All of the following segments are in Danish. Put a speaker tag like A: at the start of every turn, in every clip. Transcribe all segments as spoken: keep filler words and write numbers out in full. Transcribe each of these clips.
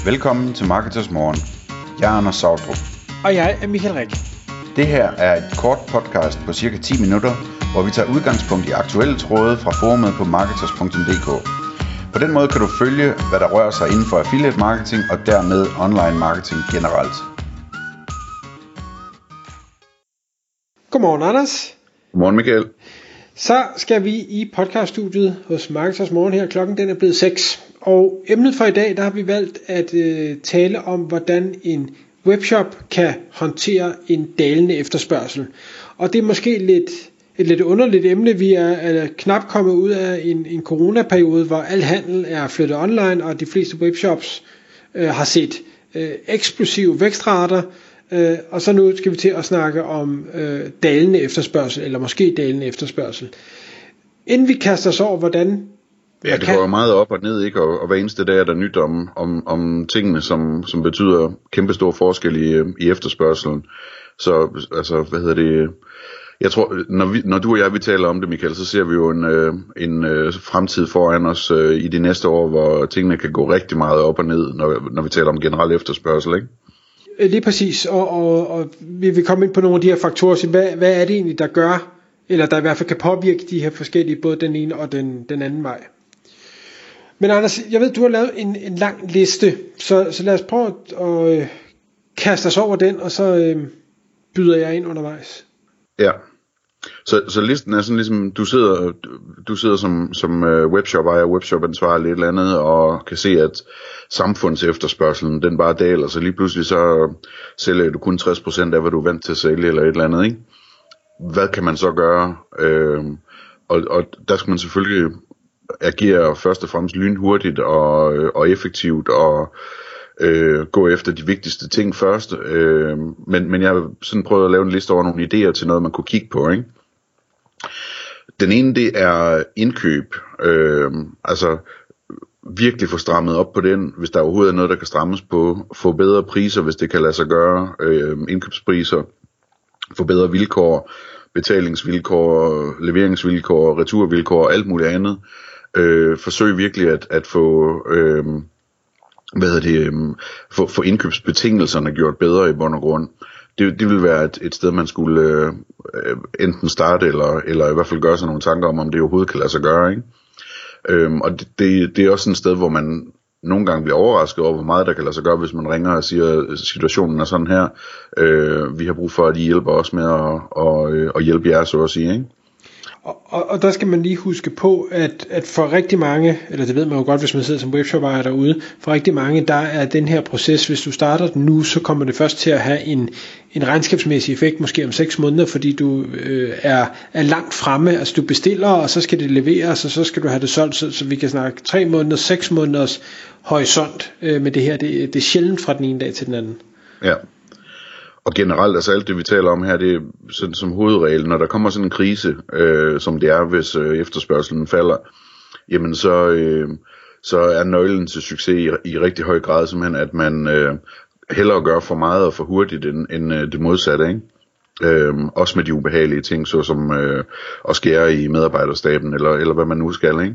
A: Velkommen til Marketers Morgen. Jeg er Anders Sautrup.
B: Og jeg er Michael Rik.
A: Det her er et kort podcast på cirka ti minutter, hvor vi tager udgangspunkt i aktuelle tråde fra forumet på marketers punktum d k. På den måde kan du følge, hvad der rører sig inden for affiliate marketing og dermed online marketing generelt.
B: Godmorgen, Anders.
A: Godmorgen, Michael.
B: Så skal vi i podcaststudiet hos Marketers Morgen her. Klokken den er blevet seks. Og emnet for i dag, der har vi valgt at øh, tale om, hvordan en webshop kan håndtere en dalende efterspørgsel. Og det er måske lidt, et lidt underligt emne. Vi er, er knap kommet ud af en, en coronaperiode, hvor al handel er flyttet online, og de fleste webshops øh, har set øh, eksplosive vækstrater. Øh, og så nu skal vi til at snakke om øh, dalende efterspørgsel, eller måske dalende efterspørgsel. Inden vi kaster os over, hvordan...
C: Ja, det går jo meget op og ned, ikke? Og, og hver eneste dag er der nyt om, om, om tingene, som, som betyder kæmpestor forskel i, i efterspørgselen. Så, altså, hvad hedder det... Jeg tror, når, vi, når du og jeg vi taler om det, Michael, så ser vi jo en, øh, en øh, fremtid foran os øh, i de næste år, hvor tingene kan gå rigtig meget op og ned, når, når vi taler om generel efterspørgsel, ikke?
B: Lige præcis, og, og, og vi vil komme ind på nogle af de her faktorer, så hvad, hvad er det egentlig, der gør, eller der i hvert fald kan påvirke de her forskellige, både den ene og den, den anden vej. Men Anders, jeg ved, du har lavet en, en lang liste, så, så lad os prøve at, at øh, kaste os over den, og så øh, byder jeg ind undervejs.
C: Ja, så, så listen er sådan ligesom, du sidder, du sidder som, som webshop-ejer, webshop-ansvarlig et eller andet, og kan se, at samfundsefterspørgselen, den bare daler, så lige pludselig så sælger du kun tres procent af, hvad du er vant til at sælge, eller et eller andet, ikke? Hvad kan man så gøre? Øh, og, og der skal man selvfølgelig agere først og fremmest lynhurtigt og, og effektivt, og øh, gå efter de vigtigste ting først. Øh, men, men jeg har sådan prøvet at lave en liste over nogle idéer til noget, man kunne kigge på, ikke? Den ene, det er indkøb. Øh, altså virkelig få strammet op på den, hvis der overhovedet er noget, der kan strammes på. Få bedre priser, hvis det kan lade sig gøre. Øh, indkøbspriser. Få bedre vilkår. Betalingsvilkår, leveringsvilkår, returvilkår og alt muligt andet. Øh, forsøg virkelig at, at få, øh, hvad hedder det, øh, få, få indkøbsbetingelserne gjort bedre i bund og grund. Det, det vil være et, et sted, man skulle øh, enten starte, eller, eller i hvert fald gøre sig nogle tanker om, om det overhovedet kan lade sig gøre, ikke? Øh, og det, det, det er også et sted, hvor man nogle gange bliver overrasket over, hvor meget der kan lade sig gøre, hvis man ringer og siger, at situationen er sådan her. Øh, vi har brug for, at I hjælper os med at, at, at hjælpe jer, så at sige, ikke?
B: Og, og, og der skal man lige huske på, at, at for rigtig mange, eller det ved man jo godt, hvis man sidder som webshop-ejer derude, for rigtig mange, der er den her proces, hvis du starter den nu, så kommer det først til at have en, en regnskabsmæssig effekt, måske om seks måneder, fordi du øh, er, er langt fremme, altså du bestiller, og så skal det leveres, og så skal du have det solgt, så, så vi kan snakke tre måneder, seks måneders horisont øh, med det her. Det, det er sjældent fra den ene dag til den anden.
C: Ja. Og generelt, altså alt det vi taler om her, det er sådan som hovedregel, når der kommer sådan en krise, øh, som det er, hvis øh, efterspørgselen falder, jamen så, øh, så er nøglen til succes i, i rigtig høj grad simpelthen, at man øh, hellere gør for meget og for hurtigt end, end øh, det modsatte, ikke? Øh, også med de ubehagelige ting, såsom øh, at skære i medarbejderstaben, eller, eller hvad man nu skal, ikke?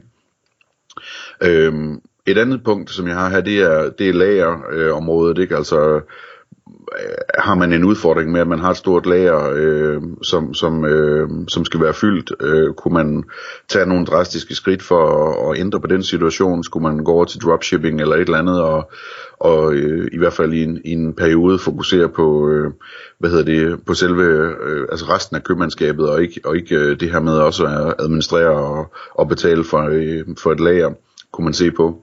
C: Øh, et andet punkt, som jeg har her, det er, det er lagerområdet, øh, ikke? Altså har man en udfordring med, at man har et stort lager, øh, som, som, øh, som skal være fyldt, øh, kunne man tage nogle drastiske skridt for at, at ændre på den situation, skulle man gå over til dropshipping eller et eller andet, og, og øh, i hvert fald i en, i en periode fokusere på, øh, hvad hedder det, på selve, øh, altså resten af købmandskabet, og ikke, og ikke øh, det her med også at administrere og, og betale for, øh, for et lager, kunne man se på.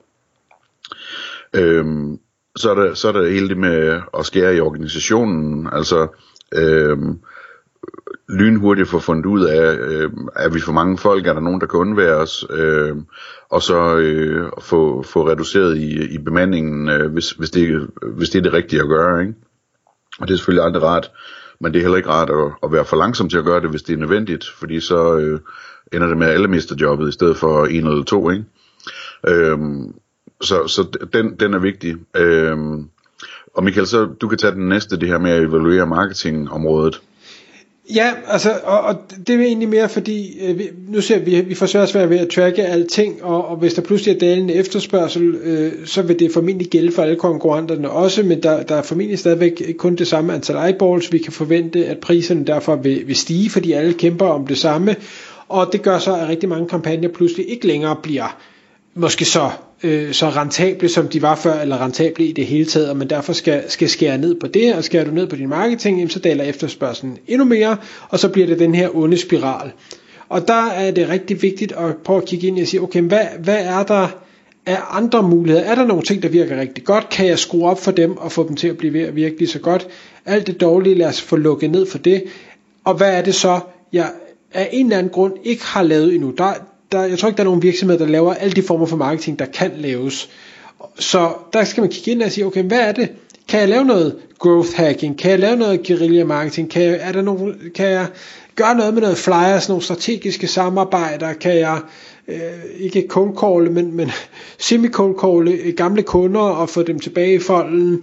C: Øh, Så er, der, så er der hele det med at skære i organisationen, altså øh, lynhurtigt få fundet ud af, øh, er vi for mange folk, er der nogen, der kan undvære os, øh, og så øh, få, få reduceret i, i bemandingen, øh, hvis, hvis, det, hvis det er det rigtige at gøre, ikke? Og det er selvfølgelig aldrig rart, men det er heller ikke rart at, at være for langsom til at gøre det, hvis det er nødvendigt, fordi så øh, ender det med, at alle mister jobbet, i stedet for en eller to, ikke? Øh, Så, så den, den er vigtig. Øhm, og Michael, så du kan tage den næste, det her med at evaluere marketingområdet.
B: Ja, altså, og, og det er egentlig mere fordi, øh, vi, nu ser vi, vi får svært svært ved at tracke alting, og, og hvis der pludselig er dalende efterspørgsel, øh, så vil det formentlig gælde for alle konkurrenterne også, men der, der er formentlig stadigvæk kun det samme antal eyeballs. Vi kan forvente, at priserne derfor vil, vil stige, fordi alle kæmper om det samme, og det gør så, at rigtig mange kampagner pludselig ikke længere bliver måske så, øh, så rentable, som de var før, eller rentable i det hele taget, og man derfor skal, skal skære ned på det, og skærer du ned på din marketing, jamen, så daler efterspørgselen endnu mere, og så bliver det den her onde spiral. Og der er det rigtig vigtigt at prøve at kigge ind og sige, okay, hvad, hvad er der af andre muligheder? Er der nogle ting, der virker rigtig godt? Kan jeg skrue op for dem, og få dem til at blive virkelig så godt? Alt det dårlige, lad os få lukket ned for det. Og hvad er det så, jeg af en eller anden grund ikke har lavet endnu? Der Der, jeg tror ikke, der er nogen virksomheder, der laver alle de former for marketing, der kan laves. Så der skal man kigge ind og sige, okay, hvad er det? Kan jeg lave noget growth hacking? Kan jeg lave noget guerilla marketing? Kan jeg, er der nogen, kan jeg gøre noget med noget flyers, nogle strategiske samarbejder? Kan jeg øh, ikke cold call, men, men semi cold call gamle kunder og få dem tilbage i folden?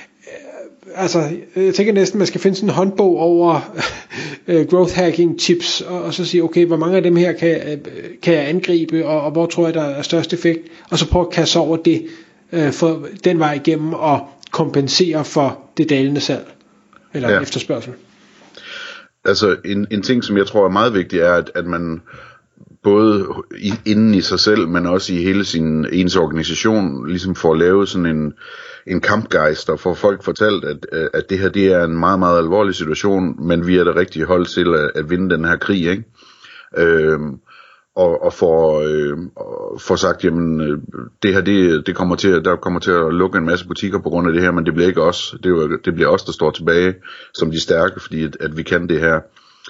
B: Altså, jeg tænker næsten, man skal finde sådan en håndbog over uh, growth hacking tips, og, og så sige, okay, hvor mange af dem her kan, kan jeg angribe, og, og hvor tror jeg, der er størst effekt, og så prøve at kaste over det, uh, for den vej igennem, og kompensere for det dalende salg, eller ja. efterspørgsel.
C: Altså, en, en ting, som jeg tror er meget vigtig, er, at, at man både i, inden i sig selv, men også i hele sin ens organisation, ligesom får lavet sådan en en kampgejst, og får folk fortalt, at, at det her, det er en meget, meget alvorlig situation, men vi er det rigtige hold til at, at vinde den her krig, ikke? Øhm, og, og får, øh, får sagt, jamen, det her, det, det kommer til, der kommer til at lukke en masse butikker på grund af det her, men det bliver ikke os, det, er, det bliver os, der står tilbage som de stærke, fordi at, at vi kan det her.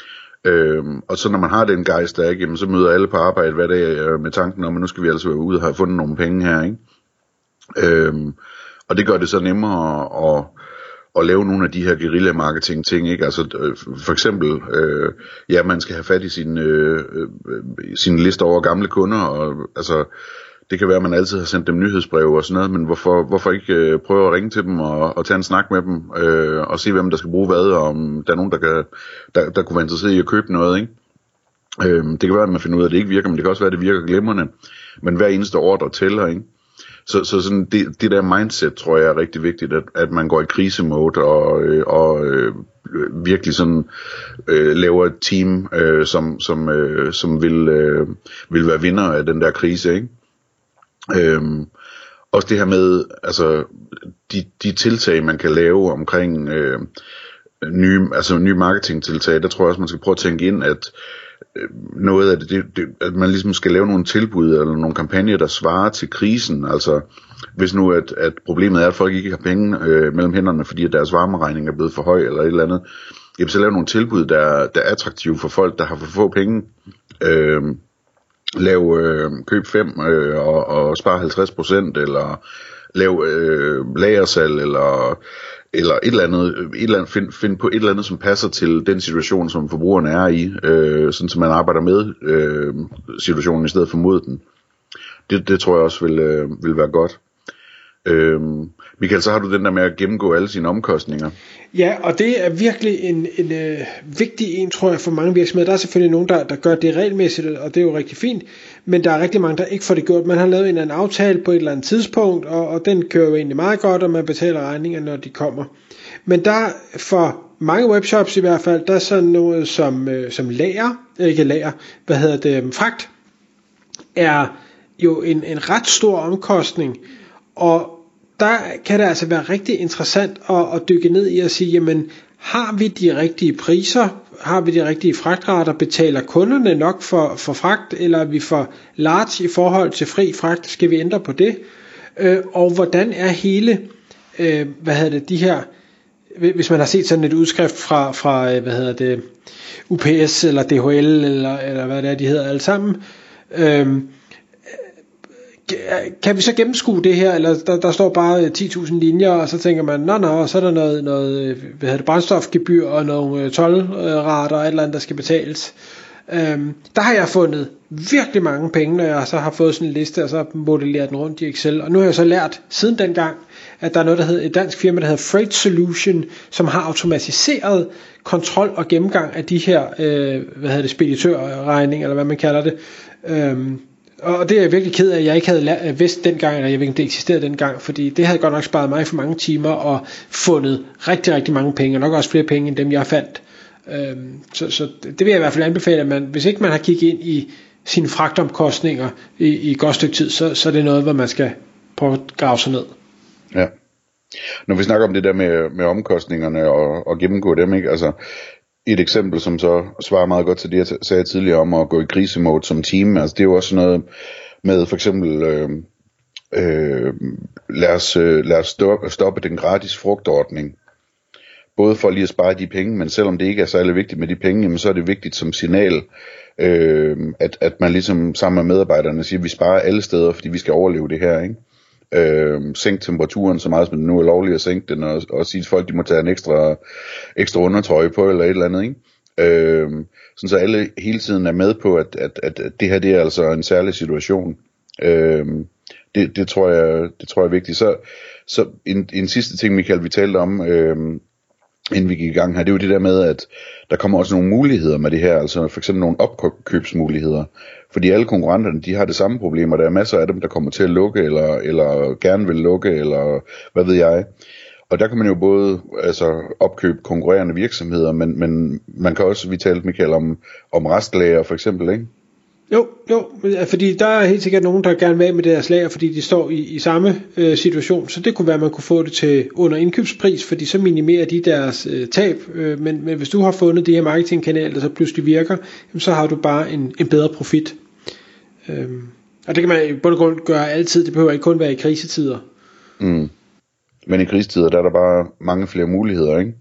C: Øhm, og så når man har den gejst der, ikke, jamen, så møder alle på arbejde hver dag med tanken om, at nu skal vi altså være ude og have fundet nogle penge her, ikke? Øhm, Og det gør det så nemmere at, at, at lave nogle af de her guerilla marketing ting, ikke? Altså for eksempel, øh, ja, man skal have fat i sin, øh, sin liste over gamle kunder, og altså det kan være, at man altid har sendt dem nyhedsbreve og sådan noget, men hvorfor, hvorfor ikke øh, prøve at ringe til dem og, og tage en snak med dem, øh, og se hvem der skal bruge hvad, og om der er nogen, der, kan, der, der kunne være interesseret i at købe noget, ikke? Øh, det kan være, at man finder ud af, at det ikke virker, men det kan også være, at det virker glimrende, men hver eneste ordre tæller, ikke? Så, så sådan det, det der mindset, tror jeg er rigtig vigtigt, at, at man går i krisemode og, øh, og øh, virkelig sådan øh, laver et team, øh, som, som, øh, som vil, øh, vil være vinder af den der krise, ikke? Øhm, også det her med, altså de, de tiltag, man kan lave omkring øh, nye, altså nye marketingtiltag, der tror jeg også, man skal prøve at tænke ind, at noget af det, det, det, at man ligesom skal lave nogle tilbud eller nogle kampagner, der svarer til krisen. Altså hvis nu at, at problemet er, at folk ikke har penge øh, mellem hænderne, fordi at deres varmeregning er blevet for høj eller et eller andet, jamen så lave nogle tilbud, der, der er attraktive for folk, der har for få penge. Øh, lav øh, køb fem øh, og, og spare halvtreds procent, eller lav øh, lagersalg, eller eller et eller andet, et eller andet find, find på et eller andet, som passer til den situation, som forbrugeren er i, øh, sådan som man arbejder med øh, situationen i stedet for mod den. Det, det tror jeg også vil, øh, vil være godt. Øh, Michael, så har du den der med at gennemgå alle sine omkostninger.
B: Ja, og det er virkelig en, en øh, vigtig en, tror jeg, for mange virksomheder. Der er selvfølgelig nogen, der, der gør det regelmæssigt, og det er jo rigtig fint, men der er rigtig mange, der ikke får det gjort. Man har lavet en eller anden aftale på et eller andet tidspunkt, og, og den kører jo egentlig meget godt, og man betaler regninger, når de kommer. Men der for mange webshops i hvert fald, der er sådan noget som, øh, som lager, ikke lager, hvad hedder det, fragt, er jo en, en ret stor omkostning, og der kan det altså være rigtig interessant at, at dykke ned i og sige, jamen har vi de rigtige priser, har vi de rigtige fragtrater, betaler kunderne nok for, for fragt, eller er vi for large i forhold til fri fragt, skal vi ændre på det, øh, og hvordan er hele, øh, hvad hedder det, de her, hvis man har set sådan et udskrift fra, fra hvad hedder det, U P S eller D H L, eller, eller hvad det er, de hedder alle sammen, øh, kan vi så gennemskue det her, eller der, der står bare ti tusind linjer, og så tænker man, nå nå, så er der noget, noget hvad hedder det, brændstofgebyr og nogle toldrater og et eller andet, der skal betales. Øhm, der har jeg fundet virkelig mange penge, når jeg så har fået sådan en liste, og så modelleret den rundt i Excel, og nu har jeg så lært siden dengang, at der er noget, der hedder et dansk firma, der hedder Freight Solution, som har automatiseret kontrol og gennemgang af de her, øh, hvad hedder det, speditørregning, eller hvad man kalder det. Øhm, og det er jeg virkelig ked af, at jeg ikke havde lært, vidst dengang, eller jeg ved ikke, om det eksisterede dengang, fordi det havde godt nok sparet mig for mange timer, og fundet rigtig, rigtig mange penge, og nok også flere penge, end dem jeg fandt. Øhm, så, så det vil jeg i hvert fald anbefale, at man, hvis ikke man har kigget ind i sine fragtomkostninger i, i et godt stykke tid, så, så er det noget, hvor man skal prøve at grave sig ned.
C: Ja. Når vi snakker om det der med, med omkostningerne og, og gennemgå dem, ikke? Altså et eksempel, som så svarer meget godt til det, jeg sagde tidligere om at gå i krisemode som team, altså det er jo også noget med for eksempel øh, øh, lad os, øh, lad os stoppe, stoppe den gratis frugtordning. Både for lige at spare de penge, men selvom det ikke er særlig vigtigt med de penge, jamen, så er det vigtigt som signal, øh, at, at man ligesom sammen med medarbejderne siger, at vi sparer alle steder, fordi vi skal overleve det her, ikke? Øh, sænk temperaturen så meget som det nu er lovligt at sænke den, og, og sige til folk, de må tage en ekstra, ekstra undertrøje på, eller et eller andet, ikke? Øh, sådan så alle hele tiden er med på, at, at, at det her det er altså en særlig situation. Øh, det, det, tror jeg, det tror jeg er vigtigt. Så, så en, en sidste ting, Michael, vi talte om, øh, inden vi gik i gang her, det er jo det der med, at der kommer også nogle muligheder med det her, altså for eksempel nogle opkøbsmuligheder, fordi alle konkurrenterne, de har det samme problem, og der er masser af dem, der kommer til at lukke, eller, eller gerne vil lukke, eller hvad ved jeg. Og der kan man jo både altså, opkøbe konkurrerende virksomheder, men, men man kan også, vi talte, Michael, om, om restlager for eksempel, ikke?
B: Jo, jo, fordi der er helt sikkert nogen, der gerne vil af med deres lager, fordi de står i, i samme øh, situation, så det kunne være, at man kunne få det til under indkøbspris, fordi så minimerer de deres øh, tab, øh, men, men hvis du har fundet det her marketingkanal, der så pludselig virker, jamen, så har du bare en, en bedre profit. Øhm, og det kan man i bund og grund gøre altid, det behøver ikke kun være i krisetider.
C: Mm. Men i krisetider, der er der bare mange flere muligheder, ikke?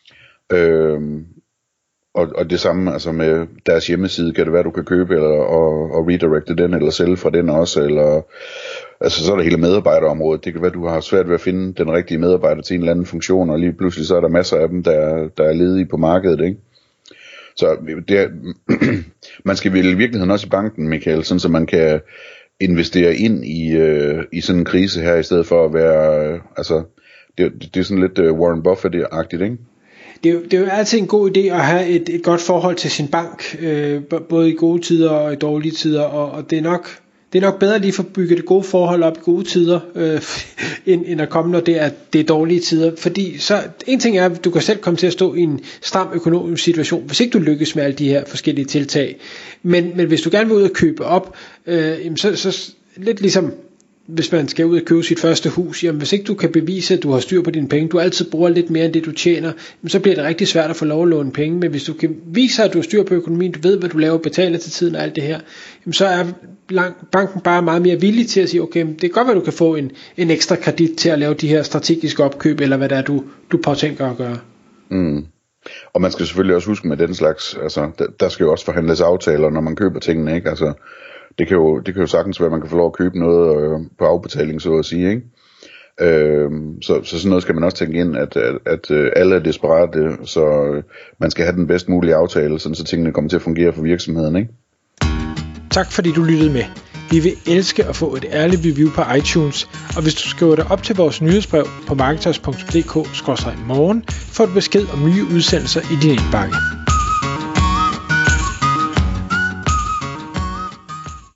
C: Øhm. Og, og det samme altså med deres hjemmeside, kan det være, du kan købe eller, og, og redirecte den, eller sælge fra den også, eller altså så er der hele medarbejderområdet. Det kan være, du har svært ved at finde den rigtige medarbejder til en eller anden funktion, og lige pludselig så er der masser af dem, der, der er ledige på markedet, ikke? Så det er, man skal vel i virkeligheden også i banken, Michael, sådan så man kan investere ind i, øh, i sådan en krise her, i stedet for at være, øh, altså det, det er sådan lidt øh, Warren Buffett-agtigt, ikke?
B: Det er, jo, det er jo altid en god idé at have et, et godt forhold til sin bank, øh, både i gode tider og i dårlige tider, og, og det er nok det er nok bedre lige at få bygget det gode forhold op i gode tider, øh, end, end at komme, når det er, det er dårlige tider. Fordi så, en ting er, at du kan selv komme til at stå i en stram økonomisk situation, hvis ikke du lykkes med alle de her forskellige tiltag. Men, men hvis du gerne vil ud og købe op, øh, så, så lidt ligesom hvis man skal ud og købe sit første hus, jamen hvis ikke du kan bevise, at du har styr på dine penge, du altid bruger lidt mere end det du tjener, så bliver det rigtig svært at få lov at låne penge. Men hvis du kan vise, at du har styr på økonomien, du ved hvad du laver, betaler til tiden og alt det her, jamen så er banken bare meget mere villig til at sige, okay, det kan godt være, du kan få en, en ekstra kredit til at lave de her strategiske opkøb, eller hvad det er, du, du påtænker at gøre.
C: Mm. Og man skal selvfølgelig også huske med den slags, altså der, der skal jo også forhandles aftaler, når man køber tingene, ikke? Altså Det kan, jo, det kan jo sagtens være, at man kan få lov at købe noget øh, på afbetaling, så at sige, ikke? Øh, så, så sådan noget skal man også tænke ind, at, at, at øh, alle er desperate, så øh, man skal have den bedst mulige aftale, sådan så tingene kommer til at fungere for virksomheden, ikke?
B: Tak fordi du lyttede med. Vi vil elske at få et ærligt review på iTunes, og hvis du skriver dig op til vores nyhedsbrev på marketers punktum d k skråstreg morgen, får du besked om nye udsendelser i din indbakke.